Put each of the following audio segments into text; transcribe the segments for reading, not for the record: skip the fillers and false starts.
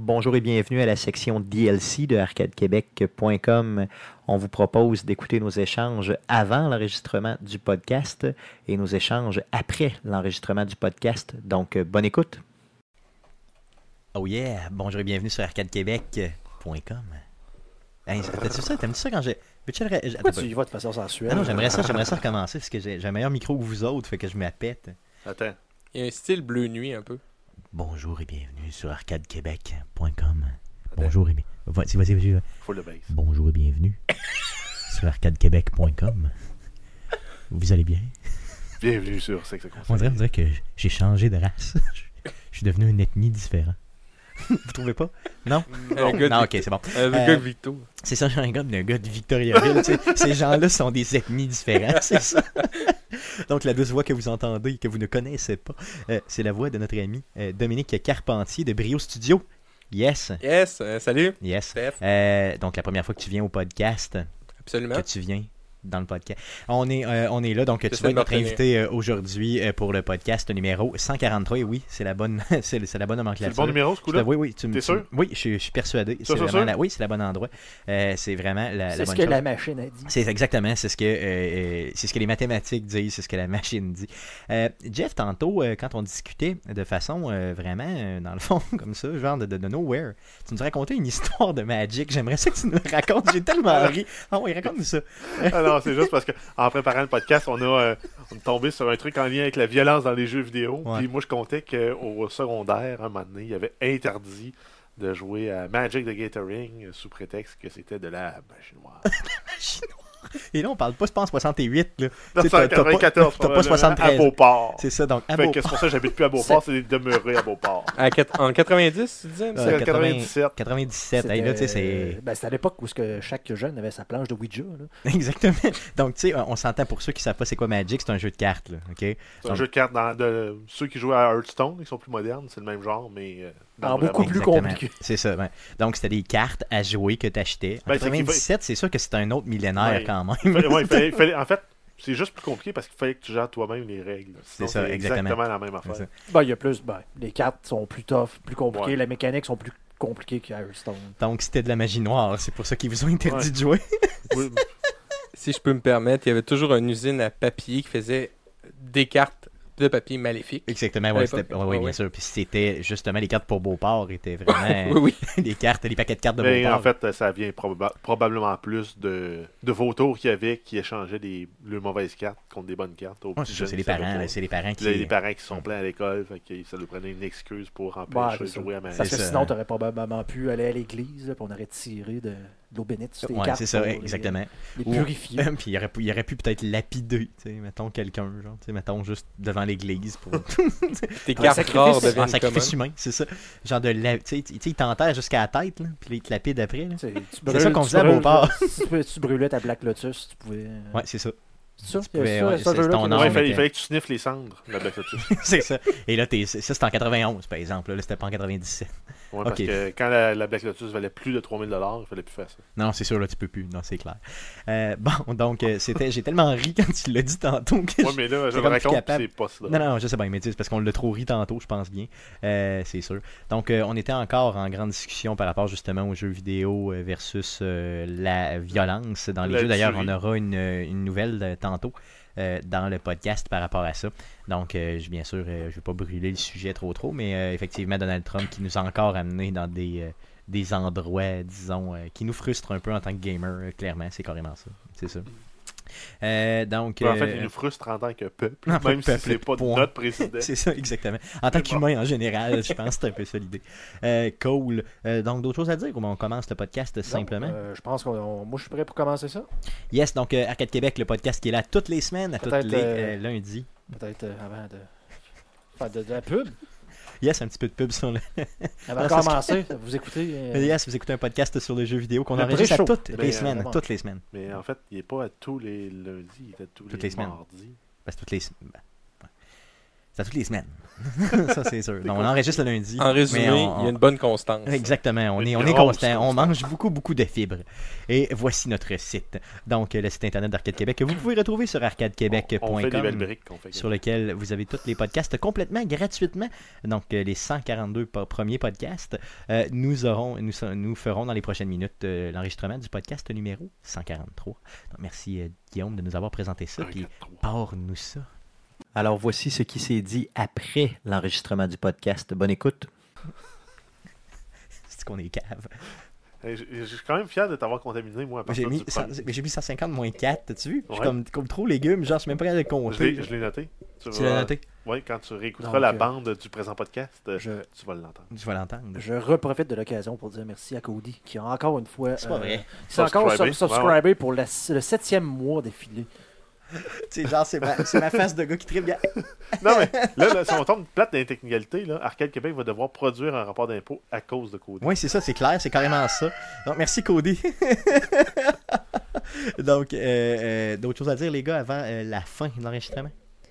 Bonjour et bienvenue à la section DLC de arcadequebec.com. On vous propose d'écouter nos échanges avant l'enregistrement du podcast et nos échanges après l'enregistrement du podcast. Donc, bonne écoute. Oh yeah! Bonjour et bienvenue sur arcadequebec.com. Hey, t'as-tu ça? T'aimes-tu ça quand j'ai... Pourquoi tu y vas de façon sensuelle? Non, j'aimerais ça recommencer parce que j'ai un meilleur micro que vous autres, fait que je me la pète. Attends. Il y a un style bleu nuit un peu. Bonjour et bienvenue sur arcadequebec.com. Bonjour et bienvenue. Vas-y. Full de base. Bonjour et bienvenue sur arcadequebec.com. Vous allez bien? Bienvenue sur Sexe et Conseil. On dirait que j'ai changé de race. Je suis devenu une ethnie différente. Vous trouvez pas? Non? Non, ok, c'est bon. Le gars de Victo. C'est ça, j'ai un gars de Victoriaville. Ces gens-là sont des ethnies différentes, c'est ça. Donc, la douce voix que vous entendez et que vous ne connaissez pas, c'est la voix de notre ami Dominique Carpentier de Brio Studio. Yes. Yes, salut. Yes. Steph. Donc, la première fois que tu viens au podcast, Absolument. que tu viens dans le podcast. On est là, donc tu vas être notre invité aujourd'hui pour le podcast numéro 143. Et oui, c'est la bonne c'est la bonne nomenclature. C'est le bon numéro, ce coup-là? Oui, T'es sûr? Oui, je suis persuadé. Ça, C'est c'est vraiment sûr? oui, c'est le bon endroit. C'est vraiment la C'est bonne ce que chose. la machine a dit. C'est exactement, c'est ce que les mathématiques disent, c'est ce que la machine dit. Jeff, tantôt, quand on discutait de façon vraiment, dans le fond, comme ça, genre de nowhere, tu nous racontais une histoire de Magic. J'aimerais ça que tu nous le racontes. J'ai tellement ri. Ah oui, raconte-nous ça. Ah non, c'est juste parce qu'en préparant le podcast, on est tombé sur un truc en lien avec la violence dans les jeux vidéo. Ouais. Puis moi, je comptais qu'au secondaire, un moment donné, il y avait interdit de jouer à Magic the Gathering sous prétexte que c'était de la magie noire. Et là, on parle pas, je pense, 68. Là. Non, Tu sais, c'est en 94, t'as pas 73. à Beauport. C'est ça, donc à Fait que Beauport. c'est pour ça que j'habite plus à Beauport, c'est demeuré à Beauport. En 90, tu disais? C'est 97. 97. Hey, là, tu sais, c'est... C'était à l'époque où chaque jeune avait sa planche de Ouija. Là. Exactement. Donc, tu sais, on s'entend pour ceux qui savent pas c'est quoi Magic, c'est un jeu de cartes, là, OK? C'est un Donc, jeu de cartes de ceux qui jouent à Hearthstone, ils sont plus modernes, c'est le même genre, mais En beaucoup plus exactement. compliqué. C'est ça, ouais. Donc, c'était des cartes à jouer que tu achetais. En Ben, c'est 97, c'est sûr que c'était un autre millénaire Ouais. quand même. Il fallait, en fait, c'est juste plus compliqué parce qu'il fallait que tu gères toi-même les règles. Sinon, C'est ça, exactement. la même C'est ça. affaire. Il y a plus. Les cartes sont plus tough, plus compliquées. Ouais. Les mécaniques sont plus compliquées qu'à Hearthstone. Donc, c'était de la magie noire. C'est pour ça qu'ils vous ont interdit de jouer. Oui, Si je peux me permettre, il y avait toujours une usine à papier qui faisait des cartes de papier maléfiques. Exactement, À ouais, l'époque. c'était, ouais, bien Ouais. sûr. Puis c'était justement les cartes pour Beauport étaient vraiment Oui. les paquets de cartes de mais Beauport. en fait, ça vient probablement plus de vautours qu'il y avait qui échangeaient les mauvaises cartes contre des bonnes cartes. Aux Ouais, petits c'est ça, jeunes c'est les qui savaient parents, pas. là, c'est les parents qui... Il y a des parents qui sont pleins à l'école, fait que ça leur prenait une excuse pour empêcher de c'est ça. jouer à Magic. Parce que C'est ça, sinon, hein. tu n'aurais probablement pu aller à l'église, là, puis on aurait tiré de l'eau bénite sur tes Ouais, cartes. c'est ça, pour exactement. Les Ou- purifier. Puis il aurait pu peut-être lapider, tu sais, mettons quelqu'un, genre, tu sais, mettons juste devant l'église pour... Tes Un cartes sacrifice. rares En deviennent sacrifice communs. humain, c'est ça. Genre de la... Tu sais, il t'enterre jusqu'à la tête, là, puis il te lapide après, là. Tu C'est ça qu'on faisait à Beauport. Tu brûlais ta Black Lotus, tu pouvais. Ouais, c'est ça. C'est ça? Tu pouvais, Il y a ouais, ça, c'est jeu-là ton qui- nom. Ouais, mais il fallait que tu sniffes les cendres de la Black Lotus. C'est ça. Et là, ça, c'était en 91, par exemple. Là, c'était pas en 97. Ouais, parce Ok. que quand la Black Lotus valait plus de 3000$, il fallait plus faire ça. Non, c'est sûr, là, tu peux plus. Non, c'est clair. Bon, donc, j'ai tellement ri quand tu l'as dit tantôt que Ouais, mais là, je c'est le comme plus raconte, capable. c'est pas ça. Non, je sais bien, mais tu sais, c'est parce qu'on l'a trop ri tantôt, je pense bien. C'est sûr. Donc, on était encore en grande discussion par rapport justement aux jeux vidéo versus la violence dans les La jeux. D'ailleurs, tuerie. on aura une nouvelle tantôt dans le podcast par rapport à ça. Donc, bien sûr, je ne vais pas brûler le sujet trop, mais effectivement, Donald Trump qui nous a encore amené dans des endroits, disons, qui nous frustrent un peu en tant que gamer, clairement, c'est carrément ça. C'est ça. Donc, En fait, il nous frustre en tant que peuple, En tant même que peuple, si c'est pas point. notre président. c'est ça, exactement. En tant qu'humain en général, je pense que c'est un peu ça l'idée. Cool. Donc, d'autres choses à dire ou on commence le podcast simplement? Je pense que moi, je suis prêt pour commencer ça. Yes, donc Arcade Québec, le podcast qui est là toutes les semaines, à tous Peut-être, les lundis. Peut-être avant de faire de la pub. Yes, un petit peu de pub sur le... Avant Non, de c'est commencer, vous écoutez. Yes, vous écoutez un podcast sur les jeux vidéo qu'on Le enregistre à pré-show. toutes Ben, les semaines. vraiment. Toutes les semaines. Mais en fait, il est pas à tous les lundis, il est à tous Toutes les les semaines. mardis. Ben, c'est toutes les... ben, ouais. C'est à toutes les semaines. Ça, c'est sûr. Donc, on enregistre le lundi. En résumé, mais il y a une bonne constance. Exactement. On est grosse constant. On constance. mange beaucoup de fibres. Et voici notre site. Donc, le site internet d'Arcade Québec que vous pouvez retrouver sur On fait des belles arcadequebec.com. briques qu'on fait. Sur lequel vous avez tous les podcasts complètement gratuitement. Donc, les 142 premiers podcasts. Nous ferons dans les prochaines minutes l'enregistrement du podcast numéro 143. Donc, merci Guillaume de nous avoir présenté ça. Un, Puis, quatre, trois. parle-nous ça. Alors, voici ce qui s'est dit après l'enregistrement du podcast. Bonne écoute. C'est qu'on est cave. Hey, je suis quand même fier de t'avoir contaminé, moi, à partir J'ai mis, du premier. mais j'ai mis 150 moins 4, t'as-tu vu? Je suis Ouais. comme trop légumes, genre, je suis même pas capable de Je compter. l'ai noté. Tu l'as noté? Oui, quand tu réécouteras Donc, la bande du présent podcast, Je, tu vas l'entendre. Je vais l'entendre. je reprofite de l'occasion pour dire merci à Cody, qui a encore une fois... C'est pas vrai. C'est encore Subscribé. subscribé pour le 7e mois d'affilée. Tu sais, genre, c'est ma face de gars qui tripe. Non, mais là, si on tombe plate dans les technicalités, là, Arcade Québec va devoir produire un rapport d'impôt à cause de Cody. Oui, c'est ça, c'est clair, c'est carrément ça. Donc, merci Cody. Donc, d'autres choses à dire, les gars, avant la fin de l'enregistrement?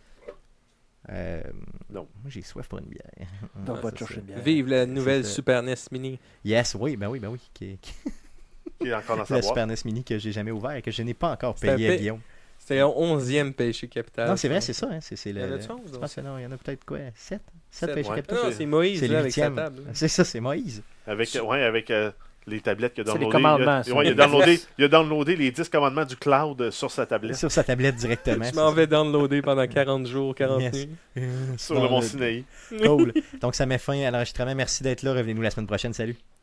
Non. Moi, j'ai soif pour une bière. Donc, va c'est te chercher ça. une bière. Vive la nouvelle ça. Super NES Mini. Yes, oui. Qui Qui est encore dans sa la boîte. Super NES Mini que j'ai jamais ouvert et que je n'ai pas encore C'est un payé à pa- Guillaume. C'était un 11e péché capital. Non, c'est vrai, c'est ça. Hein, c'est Il y en le... a-tu 11, Je pense que non, il y en a peut-être quoi? 7 Sept, péchés ouais. capitaux. Non, c'est Moïse C'est là, le avec sa 8e. table. C'est ça, c'est Moïse. Avec les tablettes qu'il a C'est les downloadées. commandements, ça. Il a downloadé les 10 commandements du cloud sur sa tablette. Sur sa tablette directement. Je m'en vais downloader pendant 40 jours, 40 Yes. nuits. Sur le mont Sinaï. Cool. Donc, ça met fin à l'enregistrement. Merci d'être là. Revenez-nous la semaine prochaine. Salut.